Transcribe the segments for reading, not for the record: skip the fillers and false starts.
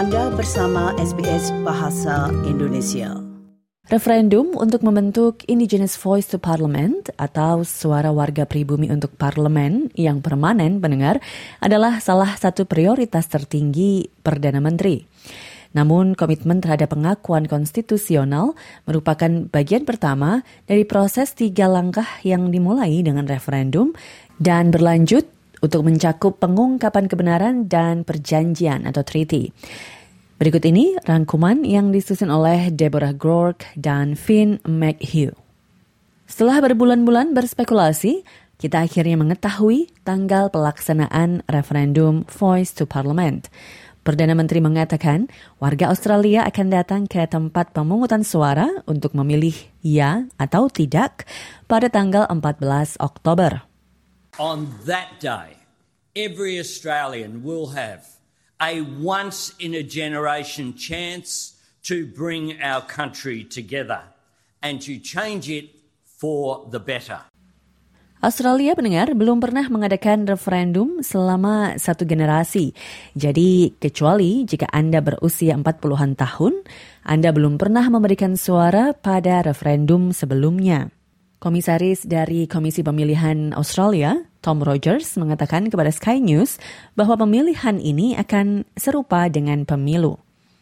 Anda bersama SBS Bahasa Indonesia. Referendum untuk membentuk Indigenous Voice to Parliament atau suara warga pribumi untuk parlemen yang permanen pendengar adalah salah satu prioritas tertinggi Perdana Menteri. Namun komitmen terhadap pengakuan konstitusional merupakan bagian pertama dari proses 3 langkah yang dimulai dengan referendum dan berlanjut untuk mencakup pengungkapan kebenaran dan perjanjian atau treaty. Berikut ini rangkuman yang disusun oleh Deborah Groarke dan Finn McHugh. Setelah berbulan-bulan berspekulasi, kita akhirnya mengetahui tanggal pelaksanaan referendum Voice to Parliament. Perdana Menteri mengatakan warga Australia akan datang ke tempat pemungutan suara untuk memilih ya atau tidak pada tanggal 14 Oktober. On that day, every Australian will have a once-in-a-generation chance to bring our country together and to change it for the better. Australia pendengar belum pernah mengadakan referendum selama 1 generasi. Jadi kecuali jika Anda berusia 40-an tahun, Anda belum pernah memberikan suara pada referendum sebelumnya. Komisaris dari Komisi Pemilihan Australia, Tom Rogers, mengatakan kepada Sky News bahwa pemilihan ini akan serupa dengan pemilu.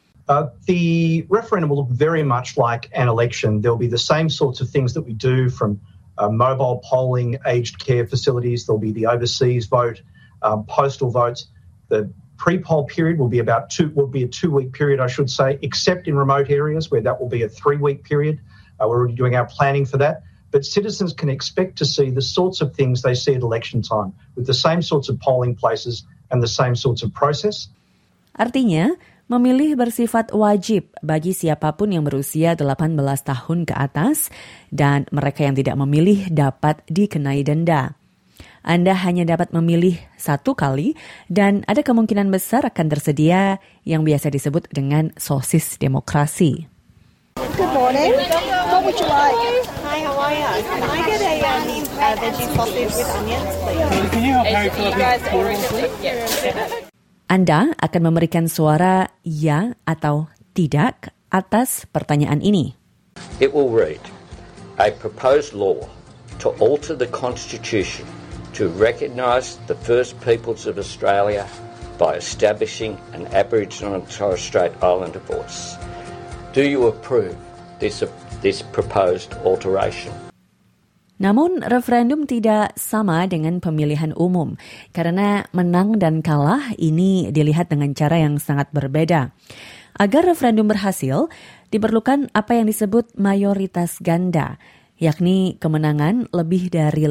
The referendum will look very much like an election. There will be the same sorts of things that we do from mobile polling, aged care facilities. There will be the overseas vote, postal votes. The pre-poll period will be a 2-week period, I should say, except in remote areas where that will be a 3-week period. We're already doing our planning for that. But citizens can expect to see the sorts of things they see at election time, with the same sorts of polling places and the same sorts of process. Artinya, memilih bersifat wajib bagi siapapun yang berusia 18 tahun ke atas dan mereka yang tidak memilih dapat dikenai denda. Anda hanya dapat memilih 1 kali dan ada kemungkinan besar akan tersedia yang biasa disebut dengan sosis demokrasi. Good morning. What would you like? Hi, how are you? Can I get a veggie sausage with onions, please? Can you help Harry fill up his portal, please? Anda akan memberikan suara ya atau tidak atas pertanyaan ini. It will read, a proposed law to alter the Constitution to recognise the First Peoples of Australia by establishing an Aboriginal and Torres Strait Islander voice. Do you approve this proposed alteration? Namun referendum tidak sama dengan pemilihan umum karena menang dan kalah ini dilihat dengan cara yang sangat berbeda. Agar referendum berhasil, diperlukan apa yang disebut mayoritas ganda, yakni kemenangan lebih dari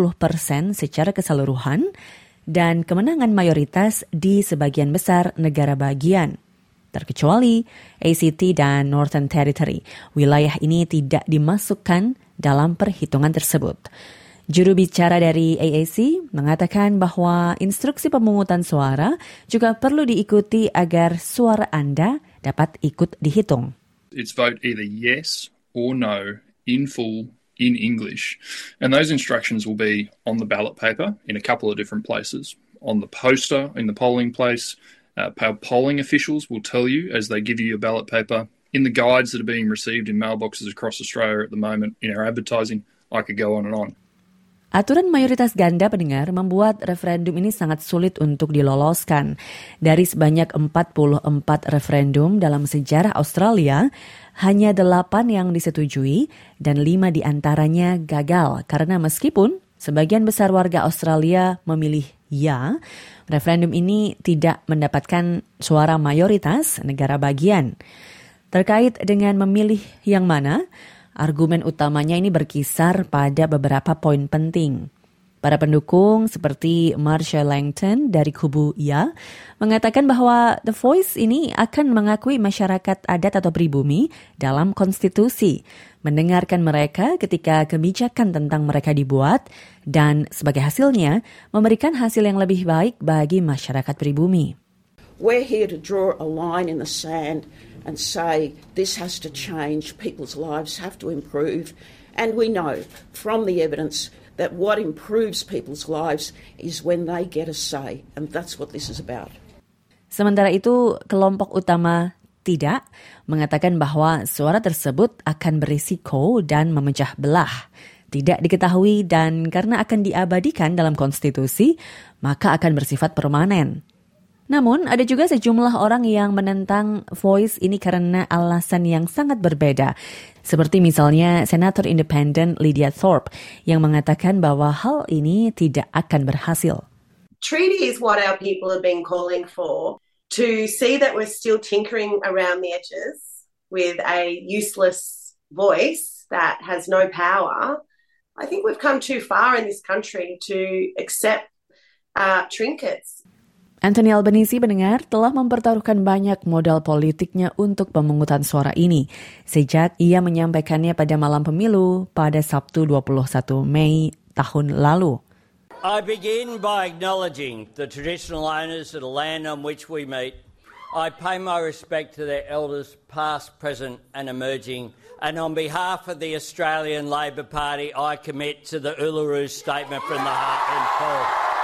50% secara keseluruhan dan kemenangan mayoritas di sebagian besar negara bagian. Terkecuali ACT dan Northern Territory, wilayah ini tidak dimasukkan dalam perhitungan tersebut. Juru bicara dari AAC mengatakan bahwa instruksi pemungutan suara juga perlu diikuti agar suara Anda dapat ikut dihitung. It's vote either yes or no in full in English. And those instructions will be on the ballot paper in a couple of different places, on the poster in the polling place. Polling officials will tell you as they give you your ballot paper in the guides that are being received in mailboxes across Australia at the moment in our advertising. I could go on and on. Aturan mayoritas ganda pendengar membuat referendum ini sangat sulit untuk diloloskan. Dari sebanyak 44 referendum dalam sejarah Australia, hanya 8 yang disetujui dan 5 diantaranya gagal karena meskipun sebagian besar warga Australia memilih ya, referendum ini tidak mendapatkan suara mayoritas negara bagian. Terkait dengan memilih yang mana, argumen utamanya ini berkisar pada beberapa poin penting. Para pendukung seperti Marsha Langton dari kubu ya mengatakan bahwa The Voice ini akan mengakui masyarakat adat atau pribumi dalam konstitusi, mendengarkan mereka ketika kebijakan tentang mereka dibuat, dan sebagai hasilnya memberikan hasil yang lebih baik bagi masyarakat pribumi. We're here to draw a line in the sand and say this has to change, people's lives have to improve, and we know from the evidence that what improves people's lives is when they get a say, and that's what this is about. Sementara itu, kelompok utama tidak mengatakan bahwa suara tersebut akan berisiko dan memecah belah. Tidak diketahui dan karena akan diabadikan dalam konstitusi, maka akan bersifat permanen. Namun, ada juga sejumlah orang yang menentang Voice ini karena alasan yang sangat berbeda. Seperti misalnya Senator Independen Lydia Thorpe yang mengatakan bahwa hal ini tidak akan berhasil. Treaty is what our people have been calling for. To see that we're still tinkering around the edges with a useless voice that has no power, I think we've come too far in this country to accept trinkets. Anthony Albanese pendengar telah mempertaruhkan banyak modal politiknya untuk pemungutan suara ini sejak ia menyampaikannya pada malam pemilu pada Sabtu 21 Mei tahun lalu. I begin by acknowledging the traditional owners of the land on which we meet. I pay my respect to their elders, past, present and emerging. And on behalf of the Australian Labor Party, I commit to the Uluru Statement from the Heart in full.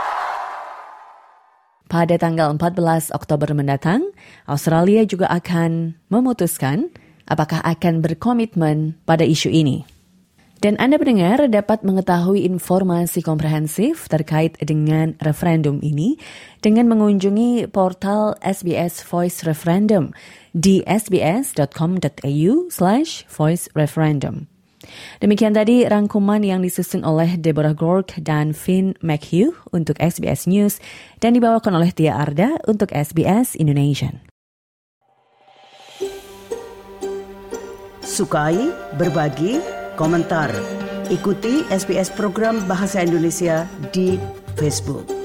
Pada tanggal 14 Oktober mendatang, Australia juga akan memutuskan apakah akan berkomitmen pada isu ini. Dan Anda pendengar dapat mengetahui informasi komprehensif terkait dengan referendum ini dengan mengunjungi portal SBS Voice Referendum di sbs.com.au/voicereferendum. Demikian tadi rangkuman yang disusun oleh Deborah Gork dan Finn McHugh untuk SBS News dan dibawakan oleh Tia Arda untuk SBS Indonesian. Sukai, berbagi, komentar. Ikuti SBS program Bahasa Indonesia di Facebook.